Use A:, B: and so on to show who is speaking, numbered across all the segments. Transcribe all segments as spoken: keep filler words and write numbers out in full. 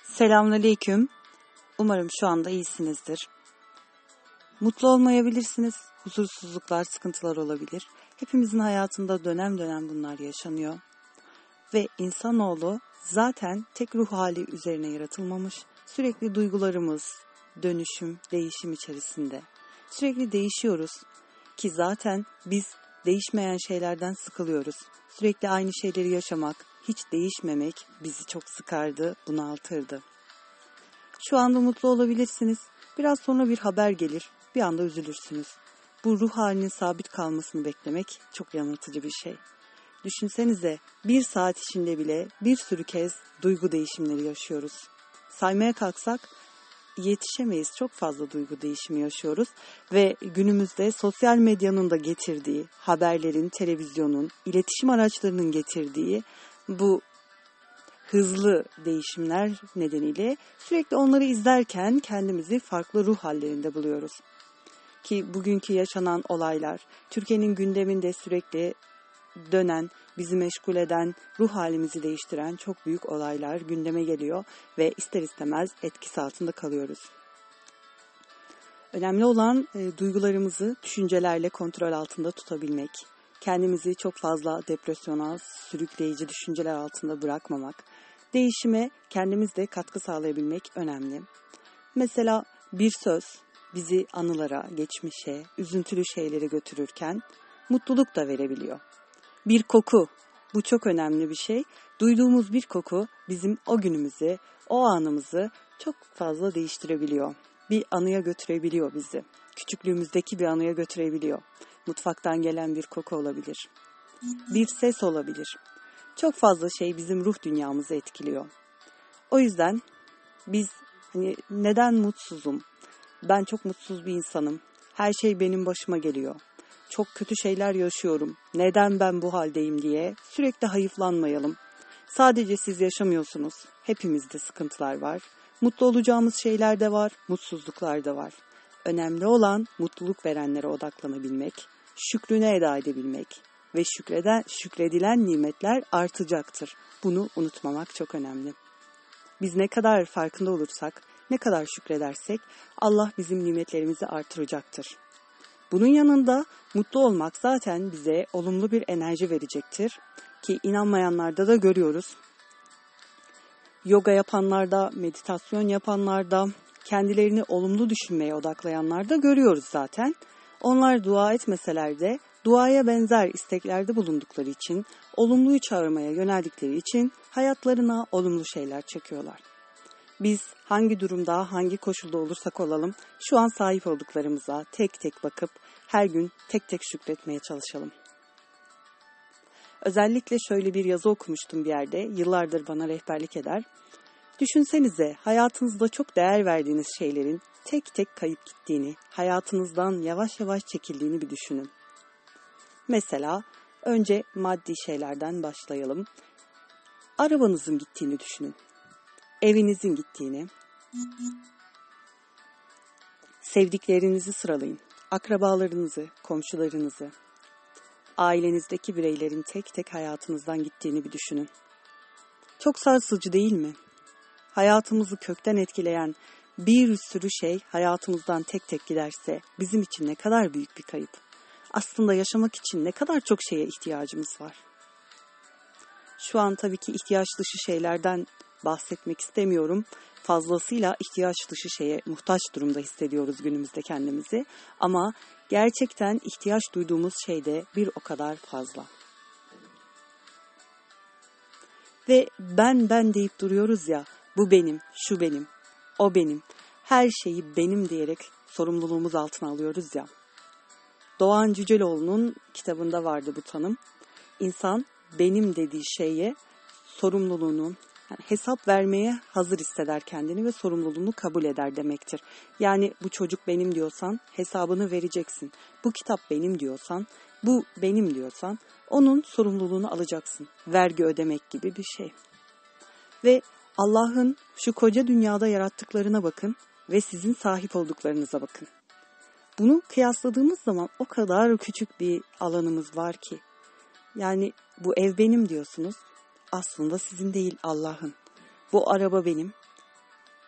A: Selamünaleyküm. Umarım şu anda iyisinizdir. Mutlu olmayabilirsiniz. Huzursuzluklar, sıkıntılar olabilir. Hepimizin hayatında dönem dönem bunlar yaşanıyor. Ve insanoğlu zaten tek ruh hali üzerine yaratılmamış. Sürekli duygularımız, dönüşüm, değişim içerisinde. Sürekli değişiyoruz ki zaten biz değişmeyen şeylerden sıkılıyoruz. Sürekli aynı şeyleri yaşamak, hiç değişmemek bizi çok sıkardı, bunaltırdı. Şu anda mutlu olabilirsiniz. Biraz sonra bir haber gelir, bir anda üzülürsünüz. Bu ruh halinin sabit kalmasını beklemek çok yanıltıcı bir şey. Düşünsenize bir saat içinde bile bir sürü kez duygu değişimleri yaşıyoruz. Saymaya kalksak yetişemeyiz. Çok fazla duygu değişimi yaşıyoruz ve günümüzde sosyal medyanın da getirdiği, haberlerin, televizyonun, iletişim araçlarının getirdiği bu hızlı değişimler nedeniyle sürekli onları izlerken kendimizi farklı ruh hallerinde buluyoruz. Ki bugünkü yaşanan olaylar, Türkiye'nin gündeminde sürekli dönen, bizi meşgul eden, ruh halimizi değiştiren çok büyük olaylar gündeme geliyor ve ister istemez etkisi altında kalıyoruz. Önemli olan e, duygularımızı düşüncelerle kontrol altında tutabilmek, kendimizi çok fazla depresyona, sürükleyici düşünceler altında bırakmamak, değişime kendimiz de katkı sağlayabilmek önemli. Mesela bir söz bizi anılara, geçmişe, üzüntülü şeylere götürürken mutluluk da verebiliyor. Bir koku, bu çok önemli bir şey. Duyduğumuz bir koku bizim o günümüzü, o anımızı çok fazla değiştirebiliyor. Bir anıya götürebiliyor bizi. Küçüklüğümüzdeki bir anıya götürebiliyor. Mutfaktan gelen bir koku olabilir. Bir ses olabilir. Çok fazla şey bizim ruh dünyamızı etkiliyor. O yüzden biz hani neden mutsuzum? Ben çok mutsuz bir insanım. Her şey benim başıma geliyor. Çok kötü şeyler yaşıyorum. Neden ben bu haldeyim diye sürekli hayıflanmayalım. Sadece siz yaşamıyorsunuz. Hepimizde sıkıntılar var. Mutlu olacağımız şeyler de var, mutsuzluklar da var. Önemli olan mutluluk verenlere odaklanabilmek, şükrüne eda edebilmek ve şükreden, şükredilen nimetler artacaktır. Bunu unutmamak çok önemli. Biz ne kadar farkında olursak, ne kadar şükredersek Allah bizim nimetlerimizi artıracaktır. Bunun yanında mutlu olmak zaten bize olumlu bir enerji verecektir. Ki inanmayanlarda da görüyoruz. Yoga yapanlarda, meditasyon yapanlarda, kendilerini olumlu düşünmeye odaklayanlarda görüyoruz zaten. Onlar dua etmeseler de duaya benzer isteklerde bulundukları için, olumluyu çağırmaya yöneldikleri için hayatlarına olumlu şeyler çekiyorlar. Biz hangi durumda, hangi koşulda olursak olalım, şu an sahip olduklarımıza tek tek bakıp her gün tek tek şükretmeye çalışalım. Özellikle şöyle bir yazı okumuştum bir yerde, yıllardır bana rehberlik eder. Düşünsenize hayatınızda çok değer verdiğiniz şeylerin tek tek kayıp gittiğini, hayatınızdan yavaş yavaş çekildiğini bir düşünün. Mesela önce maddi şeylerden başlayalım. Arabanızın gittiğini düşünün. Evinizin gittiğini, sevdiklerinizi sıralayın. Akrabalarınızı, komşularınızı, ailenizdeki bireylerin tek tek hayatınızdan gittiğini bir düşünün. Çok sarsıcı değil mi? Hayatımızı kökten etkileyen bir sürü şey hayatımızdan tek tek giderse bizim için ne kadar büyük bir kayıp. Aslında yaşamak için ne kadar çok şeye ihtiyacımız var. Şu an tabii ki ihtiyaç dışı şeylerden bahsetmek istemiyorum. Fazlasıyla ihtiyaç dışı şeye muhtaç durumda hissediyoruz günümüzde kendimizi. Ama gerçekten ihtiyaç duyduğumuz şey de bir o kadar fazla. Ve ben ben deyip duruyoruz ya, bu benim, şu benim, o benim, her şeyi benim diyerek sorumluluğumuz altına alıyoruz ya. Doğan Cüceloğlu'nun kitabında vardı bu tanım. İnsan benim dediği şeye sorumluluğunu, yani hesap vermeye hazır hisseder kendini ve sorumluluğunu kabul eder demektir. Yani bu çocuk benim diyorsan hesabını vereceksin. Bu kitap benim diyorsan, bu benim diyorsan onun sorumluluğunu alacaksın. Vergi ödemek gibi bir şey. Ve Allah'ın şu koca dünyada yarattıklarına bakın ve sizin sahip olduklarınıza bakın. Bunu kıyasladığımız zaman o kadar küçük bir alanımız var ki. Yani bu ev benim diyorsunuz. Aslında sizin değil, Allah'ın. Bu araba benim.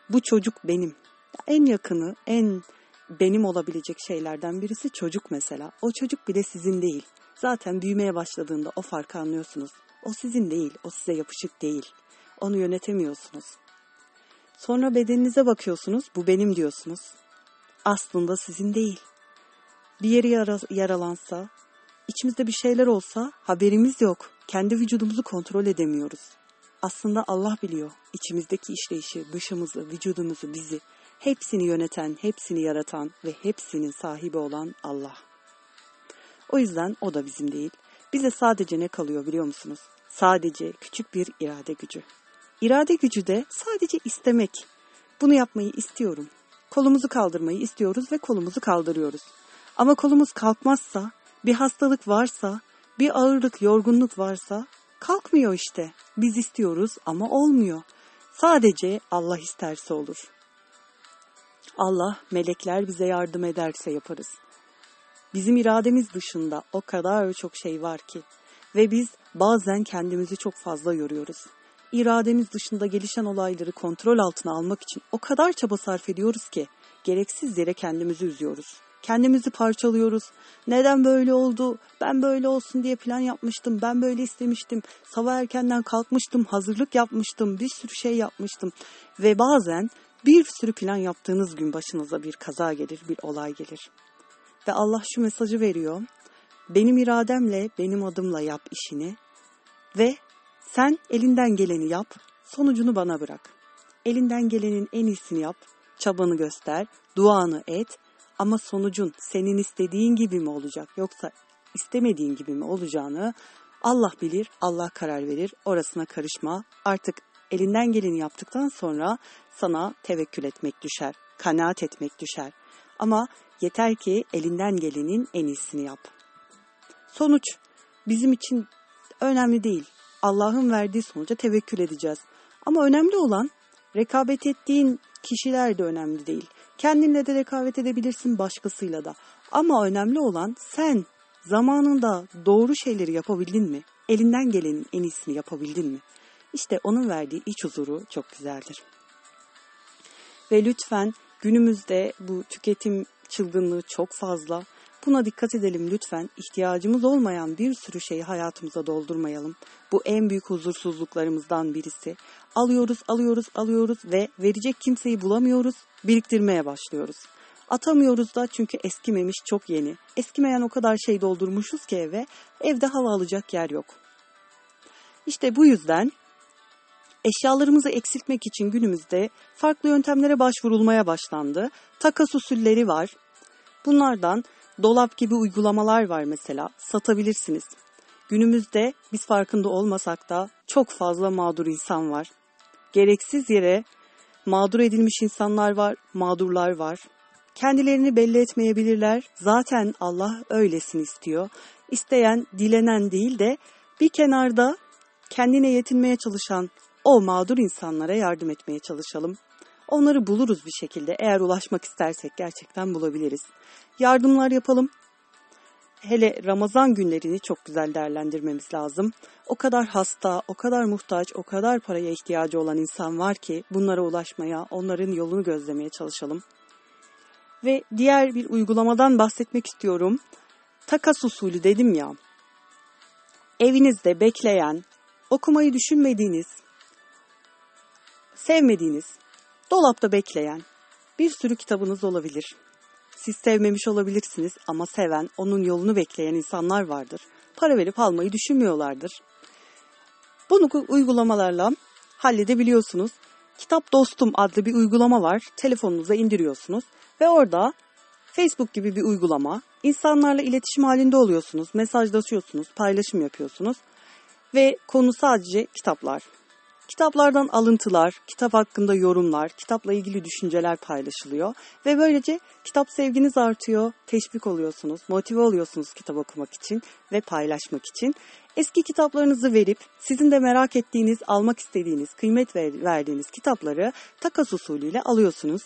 A: Bu çocuk benim. En yakını, en benim olabilecek şeylerden birisi çocuk mesela. O çocuk bile sizin değil. Zaten büyümeye başladığında o farkı anlıyorsunuz. O sizin değil, o size yapışık değil. Onu yönetemiyorsunuz. Sonra bedeninize bakıyorsunuz, bu benim diyorsunuz. Aslında sizin değil. Bir yeri yara, yaralansa, içimizde bir şeyler olsa haberimiz yok. Kendi vücudumuzu kontrol edemiyoruz. Aslında Allah biliyor. İçimizdeki işleyişi, dışımızı, vücudumuzu, bizi, hepsini yöneten, hepsini yaratan ve hepsinin sahibi olan Allah. O yüzden o da bizim değil. Bize sadece ne kalıyor biliyor musunuz? Sadece küçük bir irade gücü. İrade gücü de sadece istemek. Bunu yapmayı istiyorum. Kolumuzu kaldırmayı istiyoruz ve kolumuzu kaldırıyoruz. Ama kolumuz kalkmazsa, bir hastalık varsa, bir ağırlık, yorgunluk varsa kalkmıyor işte. Biz istiyoruz ama olmuyor. Sadece Allah isterse olur. Allah, melekler bize yardım ederse yaparız. Bizim irademiz dışında o kadar çok şey var ki ve biz bazen kendimizi çok fazla yoruyoruz. İrademiz dışında gelişen olayları kontrol altına almak için o kadar çaba sarf ediyoruz ki gereksiz yere kendimizi üzüyoruz. Kendimizi parçalıyoruz. Neden böyle oldu? Ben böyle olsun diye plan yapmıştım. Ben böyle istemiştim. Sabah erkenden kalkmıştım. Hazırlık yapmıştım. Bir sürü şey yapmıştım. Ve bazen bir sürü plan yaptığınız gün başınıza bir kaza gelir, bir olay gelir. Ve Allah şu mesajı veriyor. Benim irademle, benim adımla yap işini. Ve sen elinden geleni yap. Sonucunu bana bırak. Elinden gelenin en iyisini yap. Çabanı göster. Duanı et. Ama sonucun senin istediğin gibi mi olacak yoksa istemediğin gibi mi olacağını Allah bilir, Allah karar verir. Orasına karışma. Artık elinden geleni yaptıktan sonra sana tevekkül etmek düşer, kanaat etmek düşer. Ama yeter ki elinden gelenin en iyisini yap. Sonuç bizim için önemli değil. Allah'ın verdiği sonuca tevekkül edeceğiz. Ama önemli olan rekabet ettiğin kişiler de önemli değil. Kendinle de rekabet edebilirsin, başkasıyla da. Ama önemli olan sen zamanında doğru şeyleri yapabildin mi? Elinden gelenin en iyisini yapabildin mi? İşte onun verdiği iç huzuru çok güzeldir. Ve lütfen günümüzde bu tüketim çılgınlığı çok fazla. Buna dikkat edelim lütfen. İhtiyacımız olmayan bir sürü şeyi hayatımıza doldurmayalım. Bu en büyük huzursuzluklarımızdan birisi. Alıyoruz, alıyoruz, alıyoruz ve verecek kimseyi bulamıyoruz. Biriktirmeye başlıyoruz. Atamıyoruz da çünkü eskimemiş, çok yeni. Eskimeyen o kadar şey doldurmuşuz ki eve, evde hava alacak yer yok. İşte bu yüzden eşyalarımızı eksiltmek için günümüzde farklı yöntemlere başvurulmaya başlandı. Takas usulleri var. Bunlardan dolap gibi uygulamalar var mesela. Satabilirsiniz. Günümüzde biz farkında olmasak da çok fazla mağdur insan var. Gereksiz yere mağdur edilmiş insanlar var, mağdurlar var. Kendilerini belli etmeyebilirler. Zaten Allah öylesini istiyor. İsteyen, dilenen değil de bir kenarda kendine yetinmeye çalışan o mağdur insanlara yardım etmeye çalışalım. Onları buluruz bir şekilde. Eğer ulaşmak istersek gerçekten bulabiliriz. Yardımlar yapalım. Hele Ramazan günlerini çok güzel değerlendirmemiz lazım. O kadar hasta, o kadar muhtaç, o kadar paraya ihtiyacı olan insan var ki bunlara ulaşmaya, onların yolunu gözlemeye çalışalım. Ve diğer bir uygulamadan bahsetmek istiyorum. Takas usulü dedim ya. Evinizde bekleyen, okumayı düşünmediğiniz, sevmediğiniz, dolapta bekleyen bir sürü kitabınız olabilir. Siz sevmemiş olabilirsiniz ama seven, onun yolunu bekleyen insanlar vardır. Para verip almayı düşünmüyorlardır. Bunu uygulamalarla halledebiliyorsunuz. Kitap Dostum adlı bir uygulama var. Telefonunuza indiriyorsunuz ve orada Facebook gibi bir uygulama. İnsanlarla iletişim halinde oluyorsunuz, mesajlaşıyorsunuz, paylaşım yapıyorsunuz ve konu sadece kitaplar. Kitaplardan alıntılar, kitap hakkında yorumlar, kitapla ilgili düşünceler paylaşılıyor ve böylece kitap sevginiz artıyor, teşvik oluyorsunuz, motive oluyorsunuz kitap okumak için ve paylaşmak için. Eski kitaplarınızı verip sizin de merak ettiğiniz, almak istediğiniz, kıymet verdiğiniz kitapları takas usulüyle alıyorsunuz.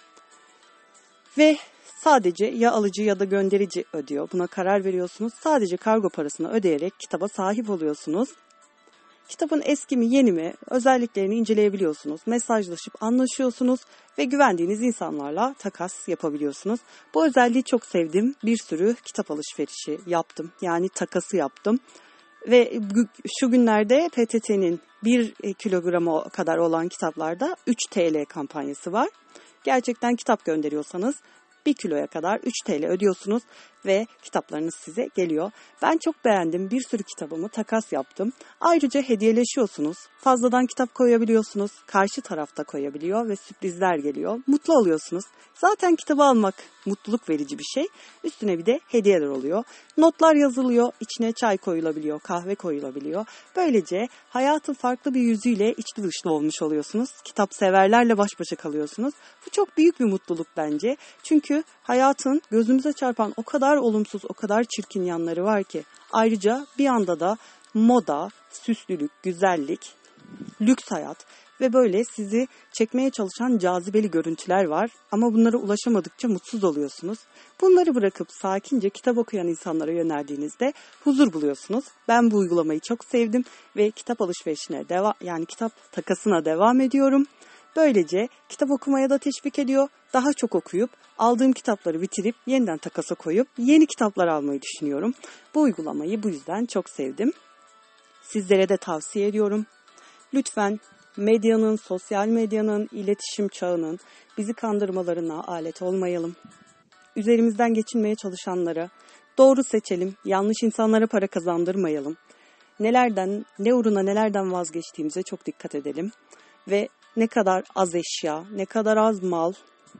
A: Ve sadece ya alıcı ya da gönderici ödüyor. Buna karar veriyorsunuz. Sadece kargo parasını ödeyerek kitaba sahip oluyorsunuz. Kitabın eski mi yeni mi özelliklerini inceleyebiliyorsunuz. Mesajlaşıp anlaşıyorsunuz ve güvendiğiniz insanlarla takas yapabiliyorsunuz. Bu özelliği çok sevdim. Bir sürü kitap alışverişi yaptım. Yani takası yaptım. Ve şu günlerde P T T'nin bir kilograma kadar olan kitaplarda üç T L kampanyası var. Gerçekten kitap gönderiyorsanız bir kiloya kadar üç T L ödüyorsunuz ve kitaplarınız size geliyor. Ben çok beğendim. Bir sürü kitabımı takas yaptım. Ayrıca hediyeleşiyorsunuz. Fazladan kitap koyabiliyorsunuz. Karşı tarafta koyabiliyor ve sürprizler geliyor. Mutlu oluyorsunuz. Zaten kitabı almak mutluluk verici bir şey. Üstüne bir de hediyeler oluyor. Notlar yazılıyor. İçine çay koyulabiliyor, kahve koyulabiliyor. Böylece hayatın farklı bir yüzüyle içli dışlı olmuş oluyorsunuz. Kitap severlerle baş başa kalıyorsunuz. Bu çok büyük bir mutluluk bence. Çünkü hayatın gözümüze çarpan o kadar olumsuz, o kadar çirkin yanları var ki. Ayrıca bir anda da moda, süslülük, güzellik, lüks hayat ve böyle sizi çekmeye çalışan cazibeli görüntüler var. Ama bunlara ulaşamadıkça mutsuz oluyorsunuz. Bunları bırakıp sakince kitap okuyan insanlara yöneldiğinizde huzur buluyorsunuz. Ben bu uygulamayı çok sevdim ve kitap alışverişine devam, yani kitap takasına devam ediyorum. Böylece kitap okumaya da teşvik ediyor. Daha çok okuyup aldığım kitapları bitirip yeniden takasa koyup yeni kitaplar almayı düşünüyorum. Bu uygulamayı bu yüzden çok sevdim. Sizlere de tavsiye ediyorum. Lütfen medyanın, sosyal medyanın, iletişim çağının bizi kandırmalarına alet olmayalım. Üzerimizden geçinmeye çalışanlara doğru seçelim, yanlış insanlara para kazandırmayalım. Nelerden, ne uğruna nelerden vazgeçtiğimize çok dikkat edelim. Ve ne kadar az eşya, ne kadar az mal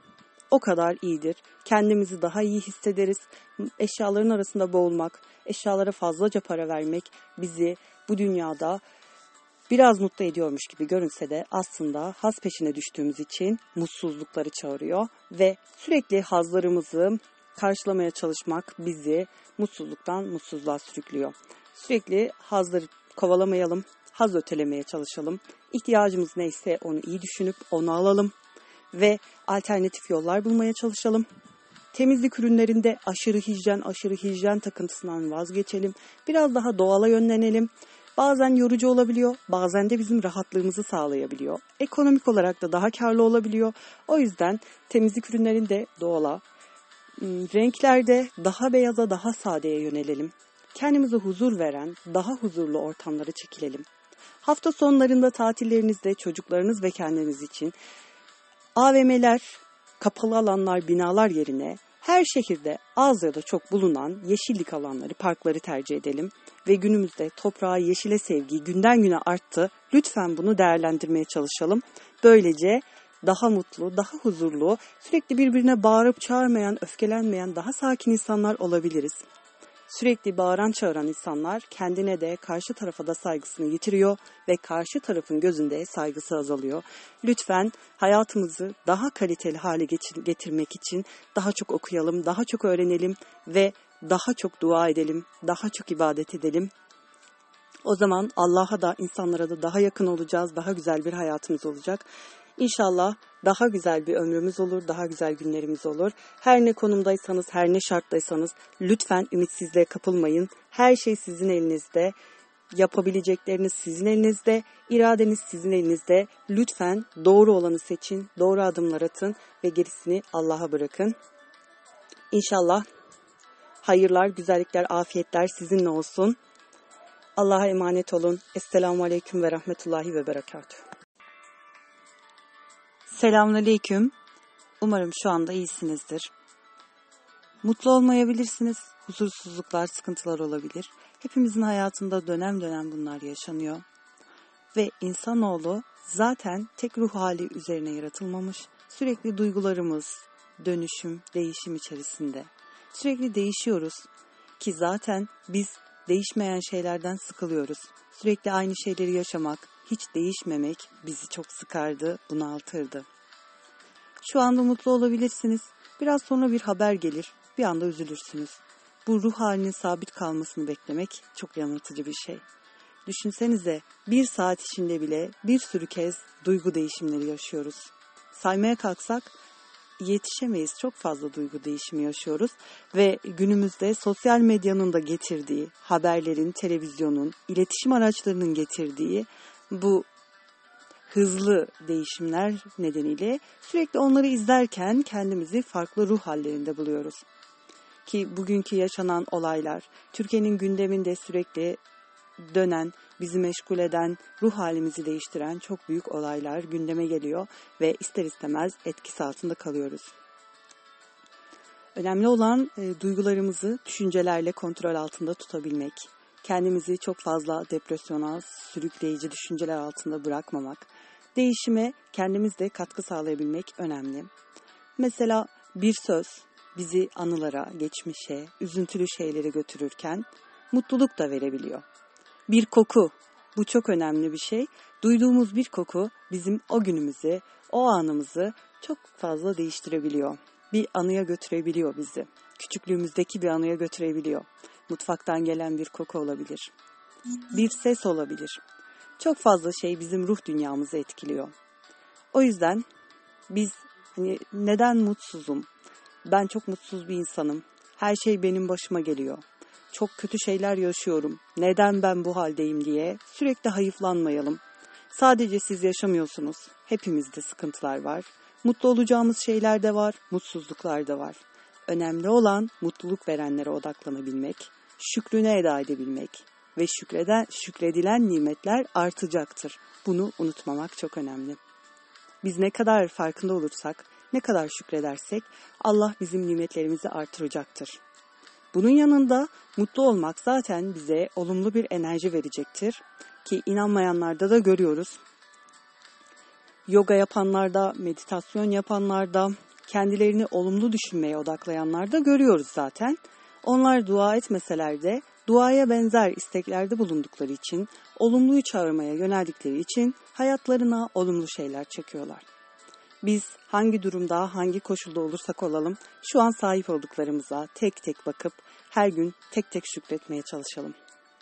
A: o kadar iyidir. Kendimizi daha iyi hissederiz. Eşyaların arasında boğulmak, eşyalara fazlaca para vermek bizi bu dünyada biraz mutlu ediyormuş gibi görünse de aslında haz peşine düştüğümüz için mutsuzlukları çağırıyor ve sürekli hazlarımızı karşılamaya çalışmak bizi mutsuzluktan mutsuzluğa sürüklüyor. Sürekli hazları kovalamayalım, haz ötelemeye çalışalım. İhtiyacımız neyse onu iyi düşünüp onu alalım ve alternatif yollar bulmaya çalışalım. Temizlik ürünlerinde aşırı hijyen, aşırı hijyen takıntısından vazgeçelim. Biraz daha doğala yönlenelim. Bazen yorucu olabiliyor, bazen de bizim rahatlığımızı sağlayabiliyor. Ekonomik olarak da daha karlı olabiliyor. O yüzden temizlik ürünlerinde doğala, renklerde daha beyaza, daha sadeye yönelelim. Kendimize huzur veren, daha huzurlu ortamlara çekilelim. Hafta sonlarında tatillerinizde çocuklarınız ve kendiniz için A V M'ler, kapalı alanlar, binalar yerine her şehirde az ya da çok bulunan yeşillik alanları, parkları tercih edelim. Ve günümüzde toprağa, yeşile sevgi günden güne arttı. Lütfen bunu değerlendirmeye çalışalım. Böylece daha mutlu, daha huzurlu, sürekli birbirine bağırıp çağırmayan, öfkelenmeyen, daha sakin insanlar olabiliriz. Sürekli bağıran çağıran insanlar kendine de karşı tarafa da saygısını yitiriyor ve karşı tarafın gözünde saygısı azalıyor. Lütfen hayatımızı daha kaliteli hale getirmek için daha çok okuyalım, daha çok öğrenelim ve daha çok dua edelim, daha çok ibadet edelim. O zaman Allah'a da insanlara da daha yakın olacağız, daha güzel bir hayatımız olacak. İnşallah daha güzel bir ömrümüz olur, daha güzel günlerimiz olur. Her ne konumdaysanız, her ne şarttaysanız lütfen ümitsizliğe kapılmayın. Her şey sizin elinizde, yapabilecekleriniz sizin elinizde, iradeniz sizin elinizde. Lütfen doğru olanı seçin, doğru adımlar atın ve gerisini Allah'a bırakın. İnşallah hayırlar, güzellikler, afiyetler sizinle olsun. Allah'a emanet olun. Esselamu Aleyküm ve Rahmetullahi ve Berekatuhu. Selamünaleyküm. Umarım şu anda iyisinizdir. Mutlu olmayabilirsiniz. Huzursuzluklar, sıkıntılar olabilir. Hepimizin hayatında dönem dönem bunlar yaşanıyor. Ve insanoğlu zaten tek ruh hali üzerine yaratılmamış. Sürekli duygularımız, dönüşüm, değişim içerisinde. Sürekli değişiyoruz. Ki zaten biz değişmeyen şeylerden sıkılıyoruz. Sürekli aynı şeyleri yaşamak, hiç değişmemek bizi çok sıkardı, bunaltırdı. Şu anda mutlu olabilirsiniz. Biraz sonra bir haber gelir, bir anda üzülürsünüz. Bu ruh halinin sabit kalmasını beklemek çok yanıltıcı bir şey. Düşünsenize bir saat içinde bile bir sürü kez duygu değişimleri yaşıyoruz. Saymaya kalksak yetişemeyiz. Çok fazla duygu değişimi yaşıyoruz ve günümüzde sosyal medyanın da getirdiği, haberlerin, televizyonun, iletişim araçlarının getirdiği bu hızlı değişimler nedeniyle sürekli onları izlerken kendimizi farklı ruh hallerinde buluyoruz. Ki bugünkü yaşanan olaylar, Türkiye'nin gündeminde sürekli dönen, bizi meşgul eden, ruh halimizi değiştiren çok büyük olaylar gündeme geliyor ve ister istemez etkisi altında kalıyoruz. Önemli olan e, duygularımızı düşüncelerle kontrol altında tutabilmek, kendimizi çok fazla depresyona, sürükleyici düşünceler altında bırakmamak, değişime kendimizde katkı sağlayabilmek önemli. Mesela bir söz bizi anılara, geçmişe, üzüntülü şeylere götürürken mutluluk da verebiliyor. Bir koku, bu çok önemli bir şey. Duyduğumuz bir koku bizim o günümüzü, o anımızı çok fazla değiştirebiliyor. Bir anıya götürebiliyor bizi. Küçüklüğümüzdeki bir anıya götürebiliyor. Mutfaktan gelen bir koku olabilir. Bir ses olabilir. Çok fazla şey bizim ruh dünyamızı etkiliyor. O yüzden biz hani neden mutsuzum? Ben çok mutsuz bir insanım. Her şey benim başıma geliyor. Çok kötü şeyler yaşıyorum. Neden ben bu haldeyim diye sürekli hayıflanmayalım. Sadece siz yaşamıyorsunuz. Hepimizde sıkıntılar var. Mutlu olacağımız şeyler de var, mutsuzluklar da var. Önemli olan mutluluk verenlere odaklanabilmek, şükrüne eda edebilmek ve şükreden, şükredilen nimetler artacaktır. Bunu unutmamak çok önemli. Biz ne kadar farkında olursak, ne kadar şükredersek Allah bizim nimetlerimizi artıracaktır. Bunun yanında mutlu olmak zaten bize olumlu bir enerji verecektir. Ki inanmayanlarda da görüyoruz. Yoga yapanlarda, meditasyon yapanlarda, kendilerini olumlu düşünmeye odaklayanlarda görüyoruz zaten. Onlar dua etmeseler de duaya benzer isteklerde bulundukları için, olumluyu çağırmaya yöneldikleri için hayatlarına olumlu şeyler çekiyorlar. Biz hangi durumda, hangi koşulda olursak olalım, şu an sahip olduklarımıza tek tek bakıp her gün tek tek şükretmeye çalışalım.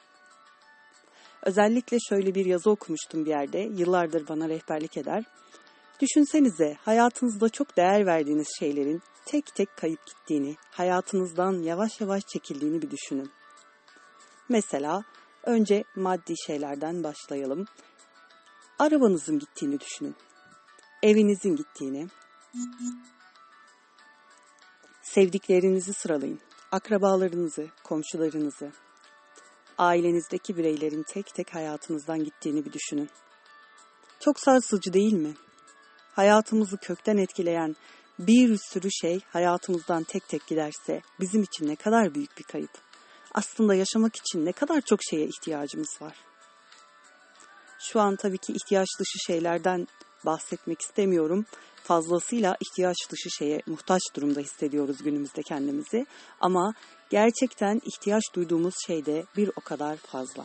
A: Özellikle şöyle bir yazı okumuştum bir yerde, yıllardır bana rehberlik eder. Düşünsenize hayatınızda çok değer verdiğiniz şeylerin tek tek kayıp gittiğini, hayatınızdan yavaş yavaş çekildiğini bir düşünün. Mesela önce maddi şeylerden başlayalım. Arabanızın gittiğini düşünün. Evinizin gittiğini, sevdiklerinizi sıralayın. Akrabalarınızı, komşularınızı, ailenizdeki bireylerin tek tek hayatınızdan gittiğini bir düşünün. Çok sarsıcı değil mi? Hayatımızı kökten etkileyen bir sürü şey hayatımızdan tek tek giderse bizim için ne kadar büyük bir kayıp. Aslında yaşamak için ne kadar çok şeye ihtiyacımız var. Şu an tabii ki ihtiyaç dışı şeylerden bahsetmek istemiyorum. Fazlasıyla ihtiyaç dışı şeye muhtaç durumda hissediyoruz günümüzde kendimizi. Ama gerçekten ihtiyaç duyduğumuz şey de bir o kadar fazla.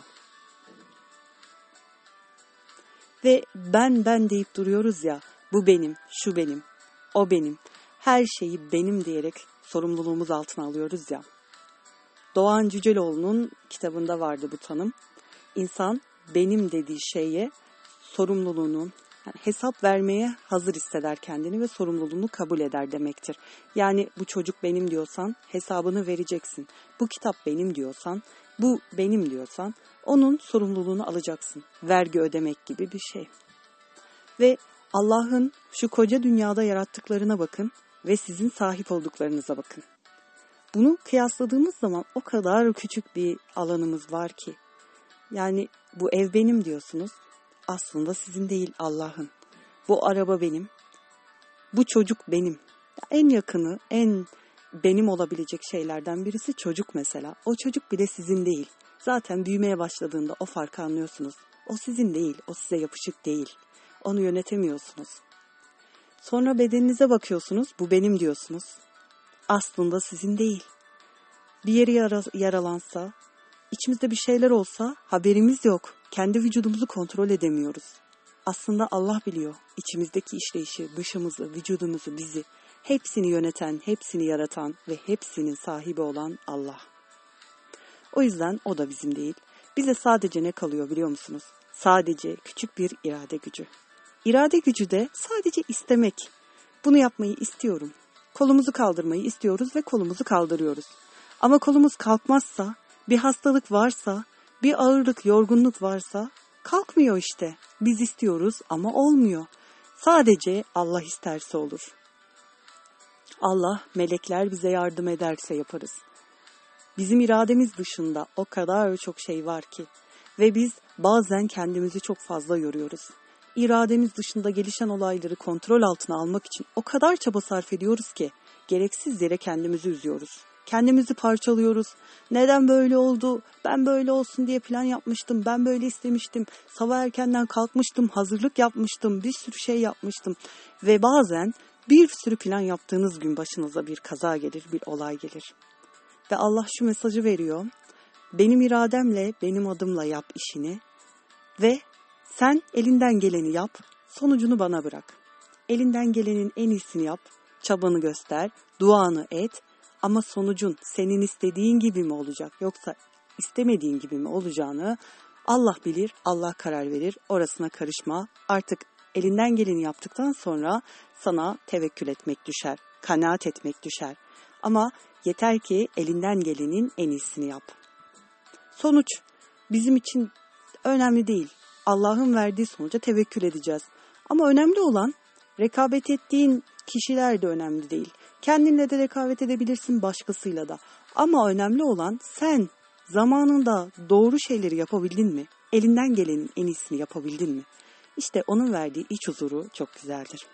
A: Ve ben ben deyip duruyoruz ya, bu benim, şu benim, o benim, her şeyi benim diyerek sorumluluğumuz altına alıyoruz ya. Doğan Cüceloğlu'nun kitabında vardı bu tanım. İnsan benim dediği şeye sorumluluğunu, yani hesap vermeye hazır hisseder kendini ve sorumluluğunu kabul eder demektir. Yani bu çocuk benim diyorsan hesabını vereceksin. Bu kitap benim diyorsan, bu benim diyorsan onun sorumluluğunu alacaksın. Vergi ödemek gibi bir şey. Ve Allah'ın şu koca dünyada yarattıklarına bakın ve sizin sahip olduklarınıza bakın. Bunu kıyasladığımız zaman o kadar küçük bir alanımız var ki. Yani bu ev benim diyorsunuz. Aslında sizin değil, Allah'ın. Bu araba benim. Bu çocuk benim. En yakını, en benim olabilecek şeylerden birisi çocuk mesela. O çocuk bile sizin değil. Zaten büyümeye başladığında o farkı anlıyorsunuz. O sizin değil, o size yapışık değil. Onu yönetemiyorsunuz. Sonra bedeninize bakıyorsunuz, bu benim diyorsunuz. Aslında sizin değil. Bir yeri yara- yaralansa, içimizde bir şeyler olsa haberimiz yok. Kendi vücudumuzu kontrol edemiyoruz. Aslında Allah biliyor. İçimizdeki işleyişi, dışımızı, vücudumuzu, bizi, hepsini yöneten, hepsini yaratan ve hepsinin sahibi olan Allah. O yüzden o da bizim değil. Bize sadece ne kalıyor biliyor musunuz? Sadece küçük bir irade gücü. İrade gücü de sadece istemek. Bunu yapmayı istiyorum. Kolumuzu kaldırmayı istiyoruz ve kolumuzu kaldırıyoruz. Ama kolumuz kalkmazsa, bir hastalık varsa, bir ağırlık, yorgunluk varsa kalkmıyor işte. Biz istiyoruz ama olmuyor. Sadece Allah isterse olur. Allah, melekler bize yardım ederse yaparız. Bizim irademiz dışında o kadar çok şey var ki ve biz bazen kendimizi çok fazla yoruyoruz. İrademiz dışında gelişen olayları kontrol altına almak için o kadar çaba sarf ediyoruz ki gereksiz yere kendimizi üzüyoruz. Kendimizi parçalıyoruz. Neden böyle oldu? Ben böyle olsun diye plan yapmıştım. Ben böyle istemiştim. Sabah erkenden kalkmıştım. Hazırlık yapmıştım. Bir sürü şey yapmıştım. Ve bazen bir sürü plan yaptığınız gün başınıza bir kaza gelir, bir olay gelir. Ve Allah şu mesajı veriyor. Benim irademle, benim adımla yap işini. Ve sen elinden geleni yap. Sonucunu bana bırak. Elinden gelenin en iyisini yap. Çabanı göster. Duanı et. Ama sonucun senin istediğin gibi mi olacak yoksa istemediğin gibi mi olacağını Allah bilir, Allah karar verir. Orasına karışma. Artık elinden geleni yaptıktan sonra sana tevekkül etmek düşer, kanaat etmek düşer. Ama yeter ki elinden gelenin en iyisini yap. Sonuç bizim için önemli değil. Allah'ın verdiği sonuca tevekkül edeceğiz. Ama önemli olan rekabet ettiğin kişiler de önemli değil. Kendinle de rekabet edebilirsin, başkasıyla da. Ama önemli olan sen zamanında doğru şeyleri yapabildin mi? Elinden gelenin en iyisini yapabildin mi? İşte onun verdiği iç huzuru çok güzeldir.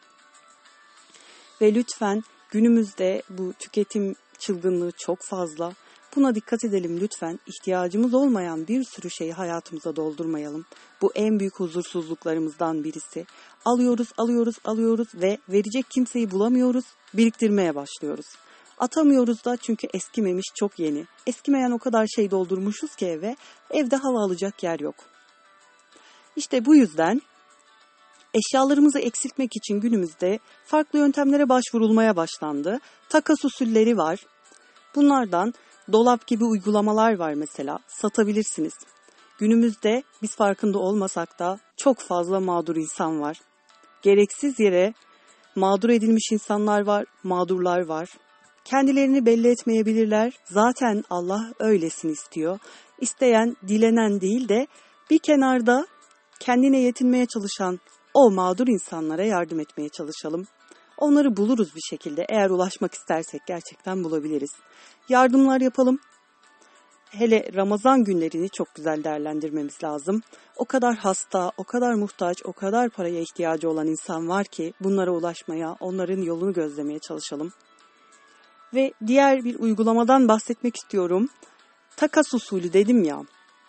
A: Ve lütfen günümüzde bu tüketim çılgınlığı çok fazla. Buna dikkat edelim lütfen. İhtiyacımız olmayan bir sürü şeyi hayatımıza doldurmayalım. Bu en büyük huzursuzluklarımızdan birisi. Alıyoruz, alıyoruz, alıyoruz ve verecek kimseyi bulamıyoruz. Biriktirmeye başlıyoruz. Atamıyoruz da çünkü eskimemiş, çok yeni. Eskimeyen o kadar şey doldurmuşuz ki eve, evde hava alacak yer yok. İşte bu yüzden eşyalarımızı eksiltmek için günümüzde farklı yöntemlere başvurulmaya başlandı. Takas usulleri var. Bunlardan dolap gibi uygulamalar var mesela, satabilirsiniz. Günümüzde biz farkında olmasak da çok fazla mağdur insan var. Gereksiz yere mağdur edilmiş insanlar var, mağdurlar var. Kendilerini belli etmeyebilirler. Zaten Allah öylesini istiyor. İsteyen, dilenen değil de bir kenarda kendine yetinmeye çalışan o mağdur insanlara yardım etmeye çalışalım. Onları buluruz bir şekilde. Eğer ulaşmak istersek gerçekten bulabiliriz. Yardımlar yapalım. Hele Ramazan günlerini çok güzel değerlendirmemiz lazım. O kadar hasta, o kadar muhtaç, o kadar paraya ihtiyacı olan insan var ki bunlara ulaşmaya, onların yolunu gözlemeye çalışalım. Ve diğer bir uygulamadan bahsetmek istiyorum. Takas usulü dedim ya.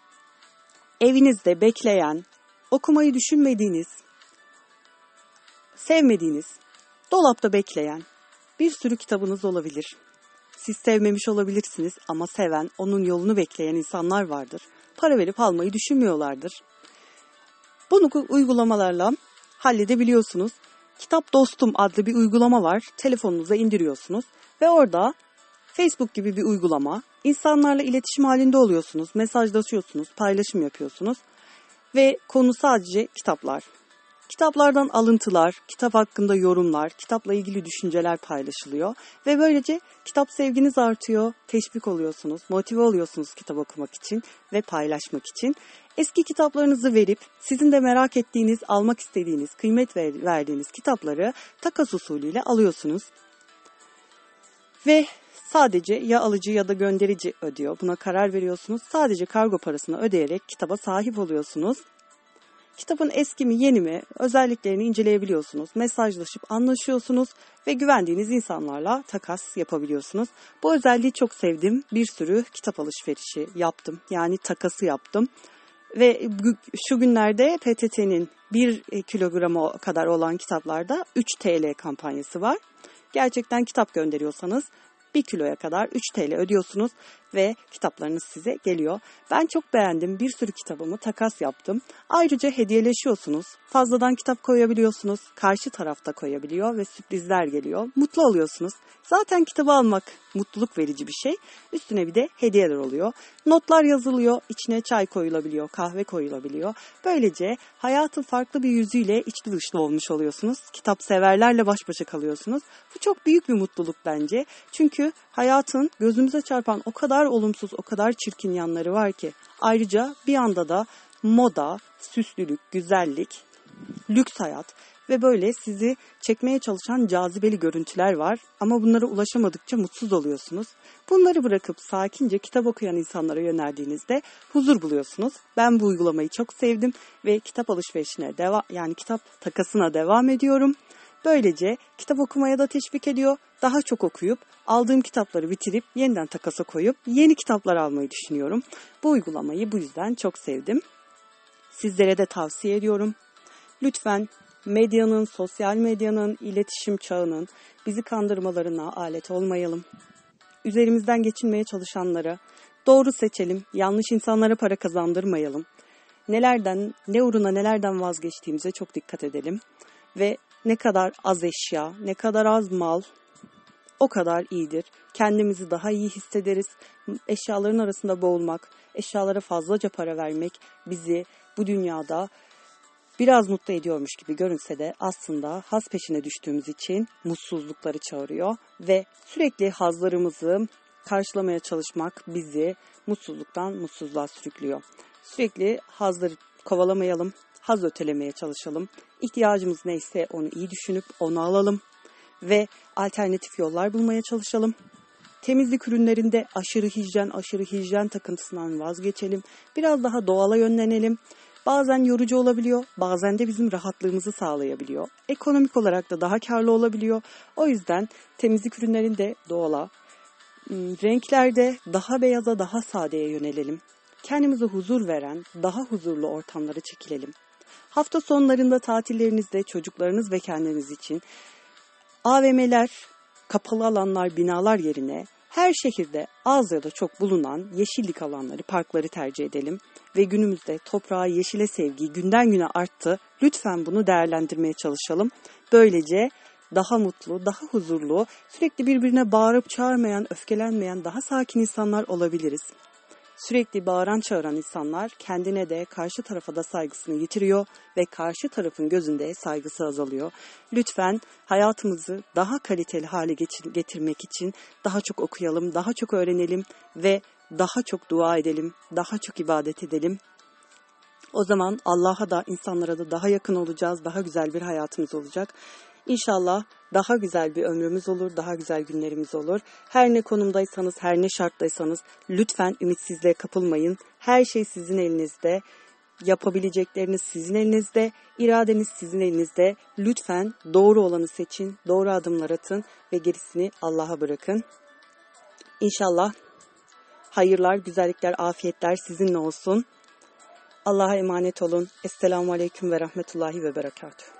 A: Evinizde bekleyen, okumayı düşünmediğiniz, sevmediğiniz, dolapta bekleyen bir sürü kitabınız olabilir. Siz sevmemiş olabilirsiniz ama seven, onun yolunu bekleyen insanlar vardır. Para verip almayı düşünmüyorlardır. Bunu uygulamalarla halledebiliyorsunuz. Kitap Dostum adlı bir uygulama var. Telefonunuza indiriyorsunuz ve orada Facebook gibi bir uygulama. İnsanlarla iletişim halinde oluyorsunuz, mesajlaşıyorsunuz, paylaşım yapıyorsunuz ve konu sadece kitaplar. Kitaplardan alıntılar, kitap hakkında yorumlar, kitapla ilgili düşünceler paylaşılıyor ve böylece kitap sevginiz artıyor, teşvik oluyorsunuz, motive oluyorsunuz kitap okumak için ve paylaşmak için. Eski kitaplarınızı verip sizin de merak ettiğiniz, almak istediğiniz, kıymet verdiğiniz kitapları takas usulüyle alıyorsunuz. Ve sadece ya alıcı ya da gönderici ödüyor. Buna karar veriyorsunuz. Sadece kargo parasını ödeyerek kitaba sahip oluyorsunuz. Kitabın eski mi yeni mi özelliklerini inceleyebiliyorsunuz. Mesajlaşıp anlaşıyorsunuz ve güvendiğiniz insanlarla takas yapabiliyorsunuz. Bu özelliği çok sevdim. Bir sürü kitap alışverişi yaptım. Yani takası yaptım. Ve şu günlerde P T T'nin bir kilogramı kadar olan kitaplarda üç TL kampanyası var. Gerçekten kitap gönderiyorsanız bir kiloya kadar üç TL ödüyorsunuz ve kitaplarınız size geliyor. Ben çok beğendim. Bir sürü kitabımı takas yaptım. Ayrıca hediyeleşiyorsunuz. Fazladan kitap koyabiliyorsunuz. Karşı tarafta koyabiliyor ve sürprizler geliyor. Mutlu oluyorsunuz. Zaten kitabı almak mutluluk verici bir şey. Üstüne bir de hediyeler oluyor. Notlar yazılıyor. İçine çay koyulabiliyor, kahve koyulabiliyor. Böylece hayatın farklı bir yüzüyle içli dışlı olmuş oluyorsunuz. Kitap severlerle baş başa kalıyorsunuz. Bu çok büyük bir mutluluk bence. Çünkü hayatın gözümüze çarpan o kadar olumsuz, o kadar çirkin yanları var ki. Ayrıca bir anda da moda, süslülük, güzellik, lüks hayat ve böyle sizi çekmeye çalışan cazibeli görüntüler var. Ama bunlara ulaşamadıkça mutsuz oluyorsunuz. Bunları bırakıp sakince kitap okuyan insanlara yöneldiğinizde huzur buluyorsunuz. Ben bu uygulamayı çok sevdim ve kitap alışverişine devam, yani kitap takasına devam ediyorum. Böylece kitap okumaya da teşvik ediyor. Daha çok okuyup aldığım kitapları bitirip yeniden takasa koyup yeni kitaplar almayı düşünüyorum. Bu uygulamayı bu yüzden çok sevdim. Sizlere de tavsiye ediyorum. Lütfen medyanın, sosyal medyanın, iletişim çağının bizi kandırmalarına alet olmayalım. Üzerimizden geçinmeye çalışanlara doğru seçelim, yanlış insanlara para kazandırmayalım. Nelerden, ne uğruna nelerden vazgeçtiğimize çok dikkat edelim. Ve ne kadar az eşya, ne kadar az mal o kadar iyidir. Kendimizi daha iyi hissederiz. Eşyaların arasında boğulmak, eşyalara fazlaca para vermek bizi bu dünyada biraz mutlu ediyormuş gibi görünse de aslında haz peşine düştüğümüz için mutsuzlukları çağırıyor ve sürekli hazlarımızı karşılamaya çalışmak bizi mutsuzluktan mutsuzluğa sürüklüyor. Sürekli hazları kovalamayalım, haz ötelemeye çalışalım. İhtiyacımız neyse onu iyi düşünüp onu alalım ve alternatif yollar bulmaya çalışalım. Temizlik ürünlerinde aşırı hijyen, aşırı hijyen takıntısından vazgeçelim. Biraz daha doğala yönlenelim. Bazen yorucu olabiliyor, bazen de bizim rahatlığımızı sağlayabiliyor. Ekonomik olarak da daha karlı olabiliyor. O yüzden temizlik ürünlerinde doğala, renklerde daha beyaza, daha sadeye yönelelim. Kendimize huzur veren, daha huzurlu ortamlara çekilelim. Hafta sonlarında tatillerinizde çocuklarınız ve kendiniz için A V M'ler, kapalı alanlar, binalar yerine her şehirde az ya da çok bulunan yeşillik alanları, parkları tercih edelim. Ve günümüzde toprağa, yeşile sevgi günden güne arttı. Lütfen bunu değerlendirmeye çalışalım. Böylece daha mutlu, daha huzurlu, sürekli birbirine bağırıp çağırmayan, öfkelenmeyen, daha sakin insanlar olabiliriz. Sürekli bağıran çağıran insanlar kendine de karşı tarafa da saygısını yitiriyor ve karşı tarafın gözünde saygısı azalıyor. Lütfen hayatımızı daha kaliteli hale getirmek için daha çok okuyalım, daha çok öğrenelim ve daha çok dua edelim, daha çok ibadet edelim. O zaman Allah'a da insanlara da daha yakın olacağız, daha güzel bir hayatımız olacak. İnşallah daha güzel bir ömrümüz olur, daha güzel günlerimiz olur. Her ne konumdaysanız, her ne şarttaysanız lütfen ümitsizliğe kapılmayın. Her şey sizin elinizde, yapabilecekleriniz sizin elinizde, iradeniz sizin elinizde. Lütfen doğru olanı seçin, doğru adımlar atın ve gerisini Allah'a bırakın. İnşallah hayırlar, güzellikler, afiyetler sizinle olsun. Allah'a emanet olun. Esselamu Aleyküm ve Rahmetullahi ve Berekatuhu.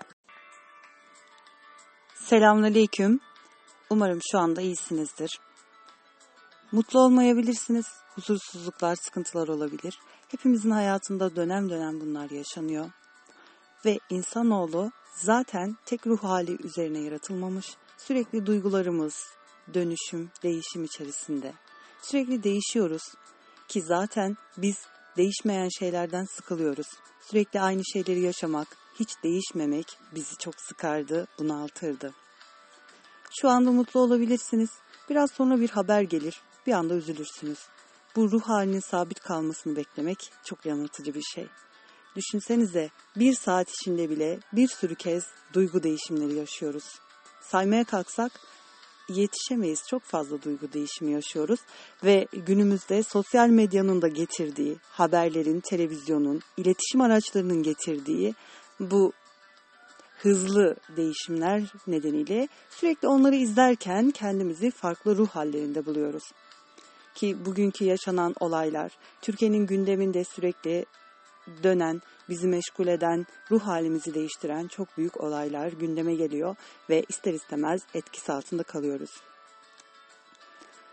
A: Selamünaleyküm. Umarım şu anda iyisinizdir. Mutlu olmayabilirsiniz. Huzursuzluklar, sıkıntılar olabilir. Hepimizin hayatında dönem dönem bunlar yaşanıyor. Ve insanoğlu zaten tek ruh hali üzerine yaratılmamış. Sürekli duygularımız, dönüşüm, değişim içerisinde. Sürekli değişiyoruz ki zaten biz değişmeyen şeylerden sıkılıyoruz. Sürekli aynı şeyleri yaşamak, hiç değişmemek bizi çok sıkardı, bunaltırdı. Şu anda mutlu olabilirsiniz. Biraz sonra bir haber gelir, bir anda üzülürsünüz. Bu ruh halinin sabit kalmasını beklemek çok yanıltıcı bir şey. Düşünsenize bir saat içinde bile bir sürü kez duygu değişimleri yaşıyoruz. Saymaya kalksak yetişemeyiz. Çok fazla duygu değişimi yaşıyoruz ve günümüzde sosyal medyanın da getirdiği, haberlerin, televizyonun, iletişim araçlarının getirdiği bu hızlı değişimler nedeniyle sürekli onları izlerken kendimizi farklı ruh hallerinde buluyoruz. Ki bugünkü yaşanan olaylar, Türkiye'nin gündeminde sürekli dönen, bizi meşgul eden, ruh halimizi değiştiren çok büyük olaylar gündeme geliyor ve ister istemez etkisi altında kalıyoruz.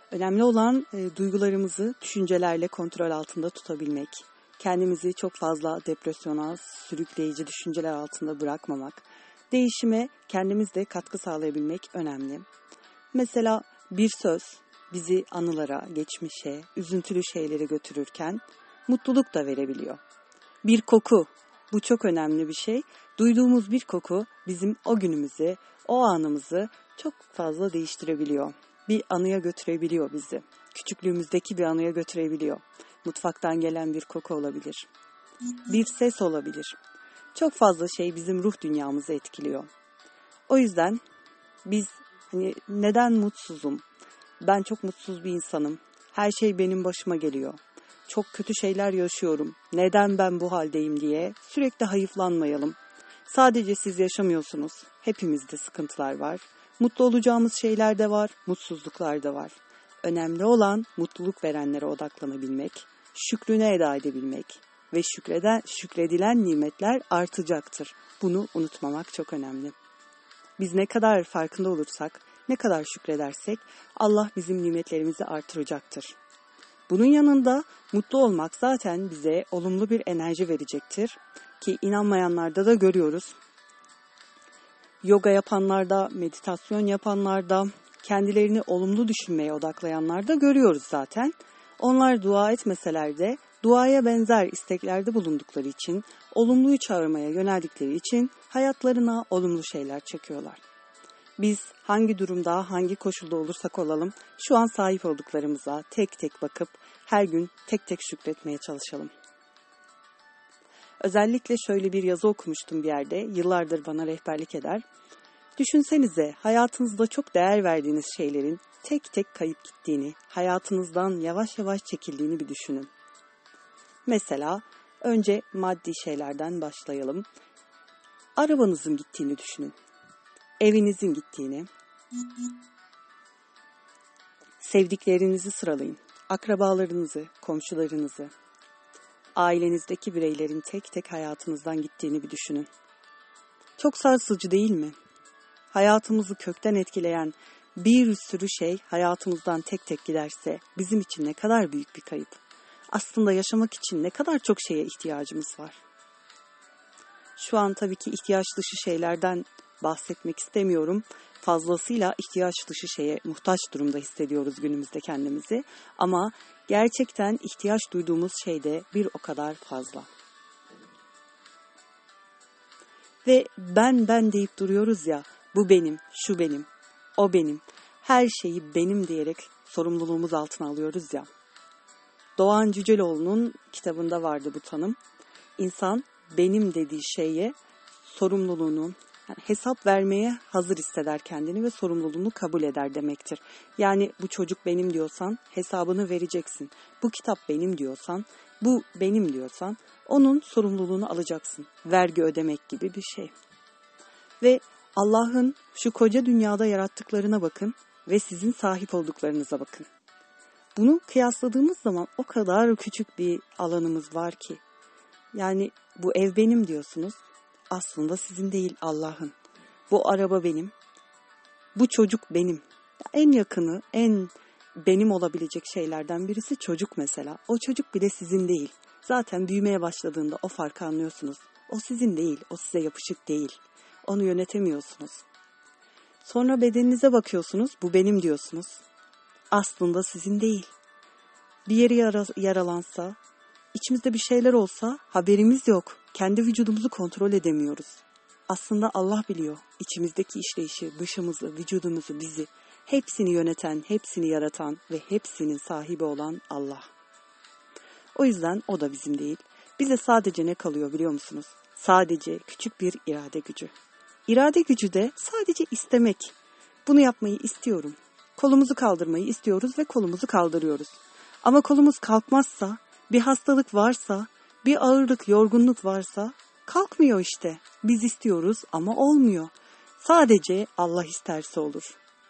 A: Önemli olan e, duygularımızı düşüncelerle kontrol altında tutabilmek. Kendimizi çok fazla depresyona, sürükleyici düşünceler altında bırakmamak. Değişime kendimizde katkı sağlayabilmek önemli. Mesela bir söz bizi anılara, geçmişe, üzüntülü şeylere götürürken mutluluk da verebiliyor. Bir koku, bu çok önemli bir şey. Duyduğumuz bir koku bizim o günümüzü, o anımızı çok fazla değiştirebiliyor. Bir anıya götürebiliyor bizi. Küçüklüğümüzdeki bir anıya götürebiliyor. Mutfaktan gelen bir koku olabilir. Bir ses olabilir. Çok fazla şey bizim ruh dünyamızı etkiliyor. O yüzden biz hani neden mutsuzum? Ben çok mutsuz bir insanım. Her şey benim başıma geliyor. Çok kötü şeyler yaşıyorum. Neden ben bu haldeyim diye sürekli hayıflanmayalım. Sadece siz yaşamıyorsunuz. Hepimizde sıkıntılar var. Mutlu olacağımız şeyler de var, mutsuzluklar da var. Önemli olan mutluluk verenlere odaklanabilmek, şükrüne eda edebilmek ve şükreden, şükredilen nimetler artacaktır. Bunu unutmamak çok önemli. Biz ne kadar farkında olursak, ne kadar şükredersek Allah bizim nimetlerimizi artıracaktır. Bunun yanında mutlu olmak zaten bize olumlu bir enerji verecektir. Ki inanmayanlarda da görüyoruz. Yoga yapanlarda, meditasyon yapanlarda, kendilerini olumlu düşünmeye odaklayanlarda görüyoruz zaten. Onlar dua etmeseler de duaya benzer isteklerde bulundukları için, olumluyu çağırmaya yöneldikleri için hayatlarına olumlu şeyler çekiyorlar. Biz hangi durumda, hangi koşulda olursak olalım, şu an sahip olduklarımıza tek tek bakıp her gün tek tek şükretmeye çalışalım. Özellikle şöyle bir yazı okumuştum bir yerde, yıllardır bana rehberlik eder. Düşünsenize hayatınızda çok değer verdiğiniz şeylerin tek tek kayıp gittiğini, hayatınızdan yavaş yavaş çekildiğini bir düşünün. Mesela önce maddi şeylerden başlayalım. Arabanızın gittiğini düşünün. Evinizin gittiğini. Sevdiklerinizi sıralayın. Akrabalarınızı, komşularınızı. Ailenizdeki bireylerin tek tek hayatınızdan gittiğini bir düşünün. Çok sarsıcı değil mi? Hayatımızı kökten etkileyen bir sürü şey hayatımızdan tek tek giderse bizim için ne kadar büyük bir kayıp. Aslında yaşamak için ne kadar çok şeye ihtiyacımız var. Şu an tabii ki ihtiyaç dışı şeylerden bahsetmek istemiyorum. Fazlasıyla ihtiyaç dışı şeye muhtaç durumda hissediyoruz günümüzde kendimizi. Ama gerçekten ihtiyaç duyduğumuz şey de bir o kadar fazla. Ve ben ben deyip duruyoruz ya, bu benim, şu benim, o benim, her şeyi benim diyerek sorumluluğumuz altına alıyoruz ya. Doğan Cüceloğlu'nun kitabında vardı bu tanım. İnsan benim dediği şeye sorumluluğunu, yani hesap vermeye hazır hisseder kendini ve sorumluluğunu kabul eder demektir. Yani bu çocuk benim diyorsan hesabını vereceksin. Bu kitap benim diyorsan, bu benim diyorsan onun sorumluluğunu alacaksın. Vergi ödemek gibi bir şey. Ve Allah'ın şu koca dünyada yarattıklarına bakın ve sizin sahip olduklarınıza bakın. Bunu kıyasladığımız zaman o kadar küçük bir alanımız var ki. Yani bu ev benim diyorsunuz. Aslında sizin değil, Allah'ın. Bu araba benim. Bu çocuk benim. En yakını, en benim olabilecek şeylerden birisi çocuk mesela. O çocuk bile sizin değil. Zaten büyümeye başladığında o farkı anlıyorsunuz. O sizin değil, o size yapışık değil. Onu yönetemiyorsunuz. Sonra bedeninize bakıyorsunuz, bu benim diyorsunuz. Aslında sizin değil. Bir yeri yara- yaralansa, içimizde bir şeyler olsa haberimiz yok. Kendi vücudumuzu kontrol edemiyoruz. Aslında Allah biliyor. İçimizdeki işleyişi, dışımızı, vücudumuzu, bizi, hepsini yöneten, hepsini yaratan ve hepsinin sahibi olan Allah. O yüzden o da bizim değil. Bize sadece ne kalıyor biliyor musunuz? Sadece küçük bir irade gücü. İrade gücü de sadece istemek. Bunu yapmayı istiyorum. Kolumuzu kaldırmayı istiyoruz ve kolumuzu kaldırıyoruz. Ama kolumuz kalkmazsa, bir hastalık varsa, bir ağırlık, yorgunluk varsa kalkmıyor işte. Biz istiyoruz ama olmuyor. Sadece Allah isterse olur.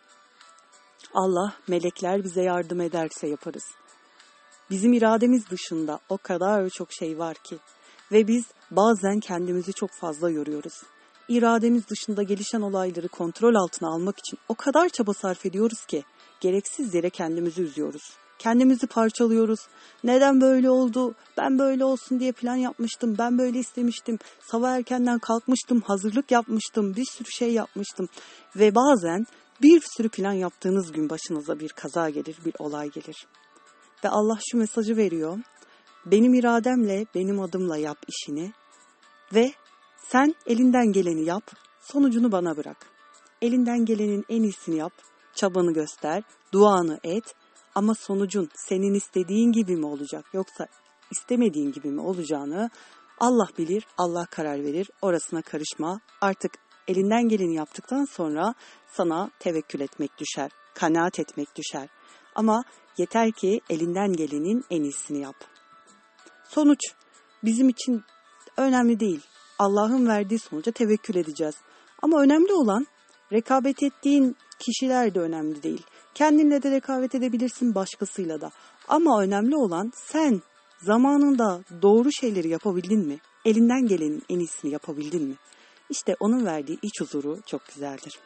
A: Allah, melekler bize yardım ederse yaparız. Bizim irademiz dışında o kadar çok şey var ki ve biz bazen kendimizi çok fazla yoruyoruz. İrademiz dışında gelişen olayları kontrol altına almak için o kadar çaba sarf ediyoruz ki gereksiz yere kendimizi üzüyoruz. Kendimizi parçalıyoruz. Neden böyle oldu? Ben böyle olsun diye plan yapmıştım. Ben böyle istemiştim. Sabah erkenden kalkmıştım. Hazırlık yapmıştım. Bir sürü şey yapmıştım. Ve bazen bir sürü plan yaptığınız gün başınıza bir kaza gelir, bir olay gelir. Ve Allah şu mesajı veriyor. Benim irademle, benim adımla yap işini. Ve sen elinden geleni yap. Sonucunu bana bırak. Elinden gelenin en iyisini yap. Çabanı göster. Duanı et. Ama sonucun senin istediğin gibi mi olacak yoksa istemediğin gibi mi olacağını Allah bilir, Allah karar verir. Orasına karışma. Artık elinden geleni yaptıktan sonra sana tevekkül etmek düşer, kanaat etmek düşer. Ama yeter ki elinden gelenin en iyisini yap. Sonuç bizim için önemli değil. Allah'ın verdiği sonuca tevekkül edeceğiz. Ama önemli olan rekabet ettiğin kişiler de önemli değil. Kendinle de rekabet edebilirsin, başkasıyla da. Ama önemli olan sen zamanında doğru şeyleri yapabildin mi? Elinden gelenin en iyisini yapabildin mi? İşte onun verdiği iç huzuru çok güzeldir.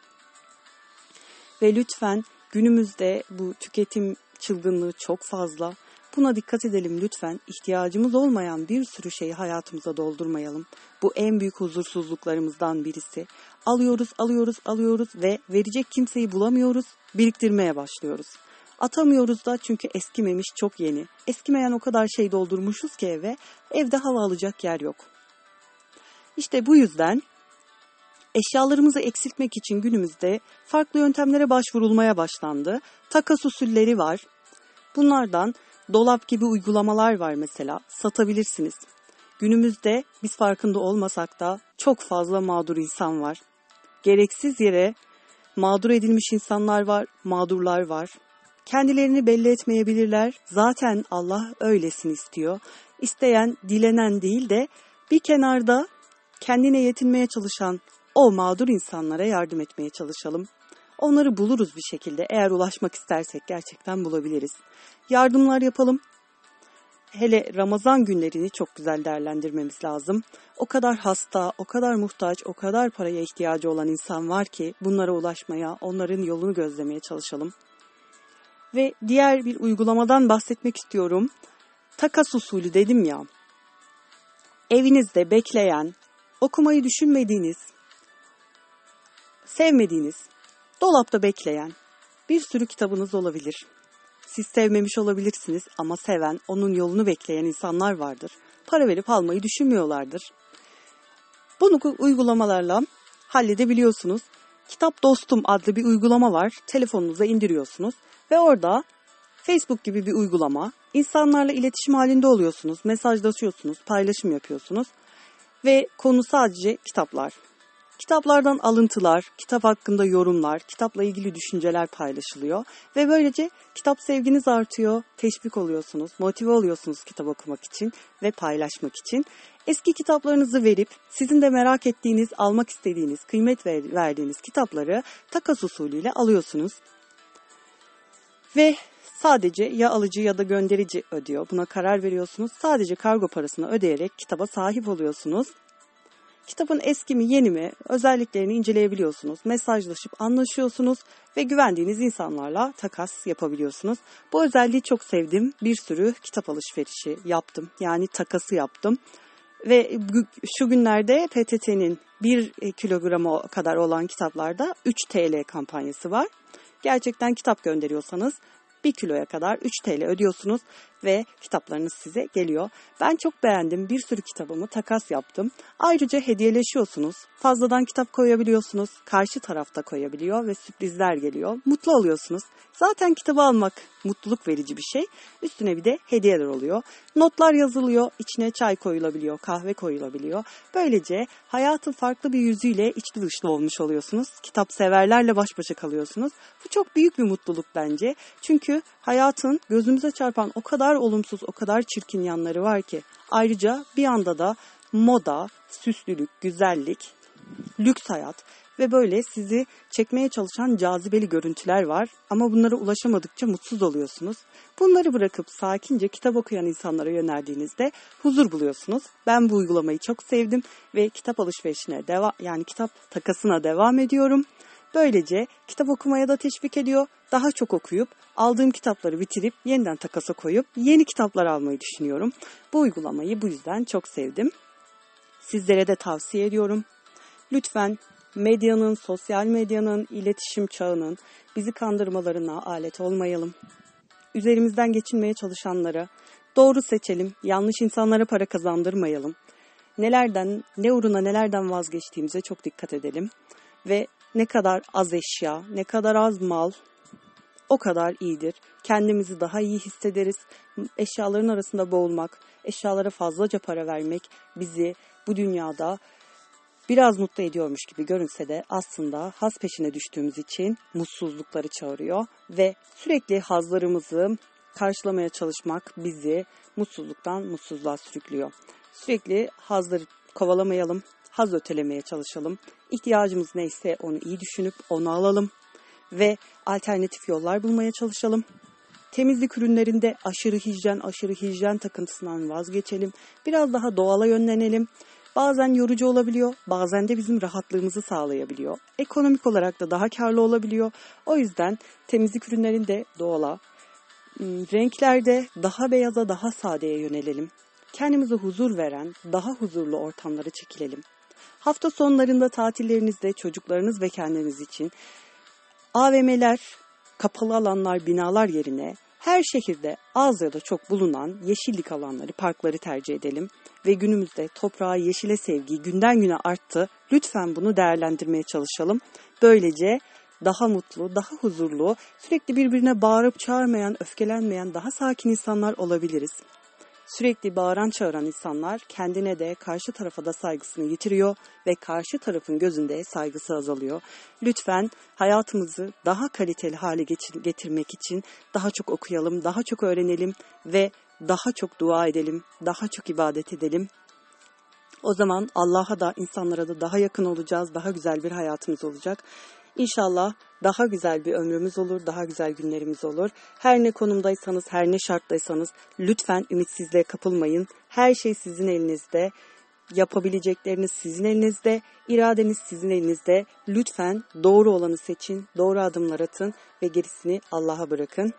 A: Ve lütfen günümüzde bu tüketim çılgınlığı çok fazla. Buna dikkat edelim lütfen. İhtiyacımız olmayan bir sürü şeyi hayatımıza doldurmayalım. Bu en büyük huzursuzluklarımızdan birisi. Alıyoruz, alıyoruz, alıyoruz ve verecek kimseyi bulamıyoruz. Biriktirmeye başlıyoruz. Atamıyoruz da çünkü eskimemiş, çok yeni. Eskimeyen o kadar şey doldurmuşuz ki eve, evde hava alacak yer yok. İşte bu yüzden eşyalarımızı eksiltmek için günümüzde farklı yöntemlere başvurulmaya başlandı. Takas usulleri var. Bunlardan dolap gibi uygulamalar var mesela, satabilirsiniz. Günümüzde biz farkında olmasak da çok fazla mağdur insan var. Gereksiz yere mağdur edilmiş insanlar var, mağdurlar var. Kendilerini belli etmeyebilirler. Zaten Allah öylesini istiyor. İsteyen, dilenen değil de bir kenarda kendine yetinmeye çalışan o mağdur insanlara yardım etmeye çalışalım. Onları buluruz bir şekilde. Eğer ulaşmak istersek gerçekten bulabiliriz. Yardımlar yapalım. Hele Ramazan günlerini çok güzel değerlendirmemiz lazım. O kadar hasta, o kadar muhtaç, o kadar paraya ihtiyacı olan insan var ki bunlara ulaşmaya, onların yolunu gözlemeye çalışalım. Ve diğer bir uygulamadan bahsetmek istiyorum. Takas usulü dedim ya. Evinizde bekleyen, okumayı düşünmediğiniz, sevmediğiniz, dolapta bekleyen bir sürü kitabınız olabilir. Siz sevmemiş olabilirsiniz ama seven, onun yolunu bekleyen insanlar vardır. Para verip almayı düşünmüyorlardır. Bunu uygulamalarla halledebiliyorsunuz. Kitap Dostum adlı bir uygulama var. Telefonunuza indiriyorsunuz ve orada Facebook gibi bir uygulama. İnsanlarla iletişim halinde oluyorsunuz, mesajlaşıyorsunuz, paylaşım yapıyorsunuz ve konu sadece kitaplar. Kitaplardan alıntılar, kitap hakkında yorumlar, kitapla ilgili düşünceler paylaşılıyor ve böylece kitap sevginiz artıyor, teşvik oluyorsunuz, motive oluyorsunuz kitap okumak için ve paylaşmak için. Eski kitaplarınızı verip sizin de merak ettiğiniz, almak istediğiniz, kıymet verdiğiniz kitapları takas usulüyle alıyorsunuz. Ve sadece ya alıcı ya da gönderici ödüyor. Buna karar veriyorsunuz. Sadece kargo parasını ödeyerek kitaba sahip oluyorsunuz. Kitabın eski mi yeni mi özelliklerini inceleyebiliyorsunuz. Mesajlaşıp anlaşıyorsunuz ve güvendiğiniz insanlarla takas yapabiliyorsunuz. Bu özelliği çok sevdim. Bir sürü kitap alışverişi yaptım. Yani takası yaptım. Ve şu günlerde P T T'nin bir kilogramı kadar olan kitaplarda üç TL kampanyası var. Gerçekten kitap gönderiyorsanız bir kiloya kadar üç TL ödüyorsunuz ve kitaplarınız size geliyor. Ben çok beğendim. Bir sürü kitabımı takas yaptım. Ayrıca hediyeleşiyorsunuz. Fazladan kitap koyabiliyorsunuz. Karşı tarafta koyabiliyor ve sürprizler geliyor. Mutlu oluyorsunuz. Zaten kitabı almak mutluluk verici bir şey. Üstüne bir de hediyeler oluyor. Notlar yazılıyor. İçine çay koyulabiliyor, kahve koyulabiliyor. Böylece hayatın farklı bir yüzüyle içli dışlı olmuş oluyorsunuz. Kitap severlerle baş başa kalıyorsunuz. Bu çok büyük bir mutluluk bence. Çünkü hayatın gözümüze çarpan o kadar olumsuz, o kadar çirkin yanları var ki. Ayrıca bir anda da moda, süslülük, güzellik, lüks hayat ve böyle sizi çekmeye çalışan cazibeli görüntüler var. Ama bunlara ulaşamadıkça mutsuz oluyorsunuz. Bunları bırakıp sakince kitap okuyan insanlara yöneldiğinizde huzur buluyorsunuz. Ben bu uygulamayı çok sevdim ve kitap alışverişine devam, yani kitap takasına devam ediyorum. Böylece kitap okumaya da teşvik ediyor. Daha çok okuyup aldığım kitapları bitirip yeniden takasa koyup yeni kitaplar almayı düşünüyorum. Bu uygulamayı bu yüzden çok sevdim. Sizlere de tavsiye ediyorum. Lütfen medyanın, sosyal medyanın, iletişim çağının bizi kandırmalarına alet olmayalım. Üzerimizden geçinmeye çalışanlara doğru seçelim, yanlış insanlara para kazandırmayalım. Nelerden, ne uğruna nelerden vazgeçtiğimize çok dikkat edelim. Ve ne kadar az eşya, ne kadar az mal, o kadar iyidir. Kendimizi daha iyi hissederiz. Eşyaların arasında boğulmak, eşyalara fazlaca para vermek bizi bu dünyada biraz mutlu ediyormuş gibi görünse de aslında haz peşine düştüğümüz için mutsuzlukları çağırıyor ve sürekli hazlarımızı karşılamaya çalışmak bizi mutsuzluktan mutsuzluğa sürüklüyor. Sürekli hazları kovalamayalım, haz ötelemeye çalışalım. İhtiyacımız neyse onu iyi düşünüp onu alalım ve alternatif yollar bulmaya çalışalım. Temizlik ürünlerinde aşırı hijyen, aşırı hijyen takıntısından vazgeçelim. Biraz daha doğala yönlenelim. Bazen yorucu olabiliyor, bazen de bizim rahatlığımızı sağlayabiliyor. Ekonomik olarak da daha karlı olabiliyor. O yüzden temizlik ürünlerinde doğala, renklerde daha beyaza, daha sadeye yönelelim. Kendimize huzur veren, daha huzurlu ortamlara çekilelim. Hafta sonlarında tatillerinizde çocuklarınız ve kendiniz için A V M'ler, kapalı alanlar, binalar yerine her şehirde az ya da çok bulunan yeşillik alanları, parkları tercih edelim. Ve günümüzde toprağa, yeşile sevgi günden güne arttı. Lütfen bunu değerlendirmeye çalışalım. Böylece daha mutlu, daha huzurlu, sürekli birbirine bağırıp çağırmayan, öfkelenmeyen, daha sakin insanlar olabiliriz. Sürekli bağıran çağıran insanlar kendine de karşı tarafa da saygısını yitiriyor ve karşı tarafın gözünde saygısı azalıyor. Lütfen hayatımızı daha kaliteli hale getirmek için daha çok okuyalım, daha çok öğrenelim ve daha çok dua edelim, daha çok ibadet edelim. O zaman Allah'a da insanlara da daha yakın olacağız, daha güzel bir hayatımız olacak. İnşallah daha güzel bir ömrümüz olur, daha güzel günlerimiz olur. Her ne konumdaysanız, her ne şarttaysanız lütfen ümitsizliğe kapılmayın. Her şey sizin elinizde, yapabilecekleriniz sizin elinizde, iradeniz sizin elinizde. Lütfen doğru olanı seçin, doğru adımlar atın ve gerisini Allah'a bırakın.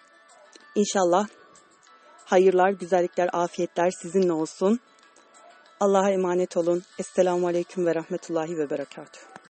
A: İnşallah hayırlar, güzellikler, afiyetler sizinle olsun. Allah'a emanet olun. Esselamu Aleyküm ve Rahmetullahi ve Berekatuhu.